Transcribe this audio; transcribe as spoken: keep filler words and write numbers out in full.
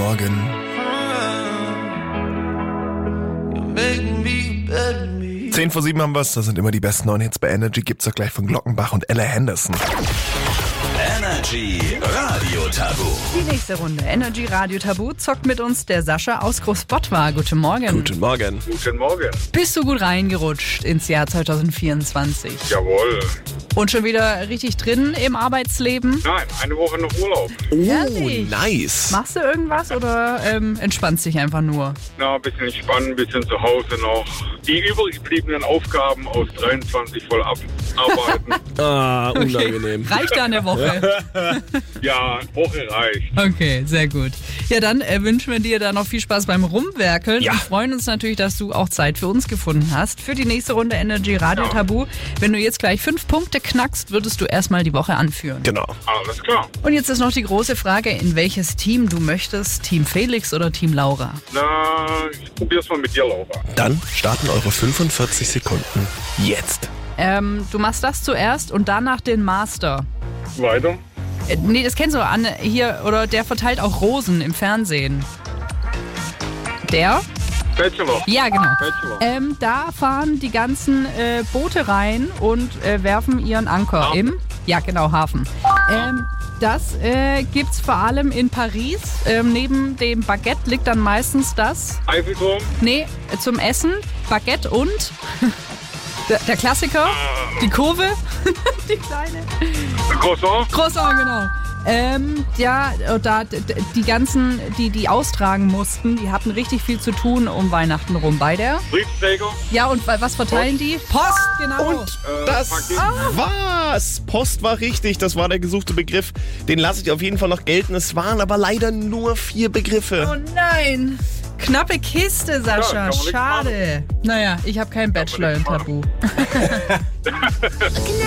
Morgen. Zehn vor sieben haben wir's, das sind immer die besten neuen Hits bei Energy, gibt's auch gleich von Glockenbach und Ella Henderson. Energy Radio Tabu. Die nächste Runde Energy Radio Tabu zockt mit uns der Sascha aus Großbottwar. Guten Morgen. Guten Morgen. Guten Morgen. Bist du gut reingerutscht ins Jahr zwanzig vierundzwanzig? Jawohl. Und schon wieder richtig drin im Arbeitsleben? Nein, eine Woche noch Urlaub. Oh, Ehrlich? nice. Machst du irgendwas oder ähm, entspannst dich einfach nur? Na, ein bisschen entspannen, ein bisschen zu Hause noch. Die übrig gebliebenen Aufgaben aus dreiundzwanzig voll abarbeiten. Ah, unangenehm. Reicht da eine Woche? Ja, Woche reicht. Okay, sehr gut. Ja, dann äh, wünschen wir dir da noch viel Spaß beim Rumwerkeln Ja. und freuen uns natürlich, dass du auch Zeit für uns gefunden hast. Für die nächste Runde Energy Radio Ja. Tabu. Wenn du jetzt gleich fünf Punkte knackst, würdest du erstmal die Woche anführen. Genau. Alles klar. Und jetzt ist noch die große Frage, in welches Team du möchtest. Team Felix oder Team Laura? Na, ich probier's mal mit dir, Laura. Dann starten eure fünfundvierzig Sekunden jetzt. Ähm, du machst das zuerst und danach den Master. Weiter. Äh, nee, das kennst du, Anne, hier, oder der verteilt auch Rosen im Fernsehen. Der? Bachelor. Ja, genau. Bachelor. Ähm, da fahren die ganzen äh, Boote rein und äh, werfen ihren Anker Hafen. im... Ja, genau, Hafen. Ähm, das äh, gibt's vor allem in Paris. Ähm, neben dem Baguette liegt dann meistens das... Eiffelturm. Nee, äh, zum Essen, Baguette und... der, der Klassiker, die Kurve, die kleine... Croissant. Croissant, genau. Ähm, ja, da d- d- die ganzen, die die austragen mussten, die hatten richtig viel zu tun um Weihnachten rum. Bei der? Briefträger. Ja, und wa- was verteilen die? Post, genau. Und Äh, das Paket. war's. Post war richtig, das war der gesuchte Begriff. Den lasse ich auf jeden Fall noch gelten. Es waren aber leider nur vier Begriffe. Oh nein. Knappe Kiste, Sascha. Ja, kann man nichts Schade. Naja, ich habe keinen Bachelor im nichts Tabu. Looking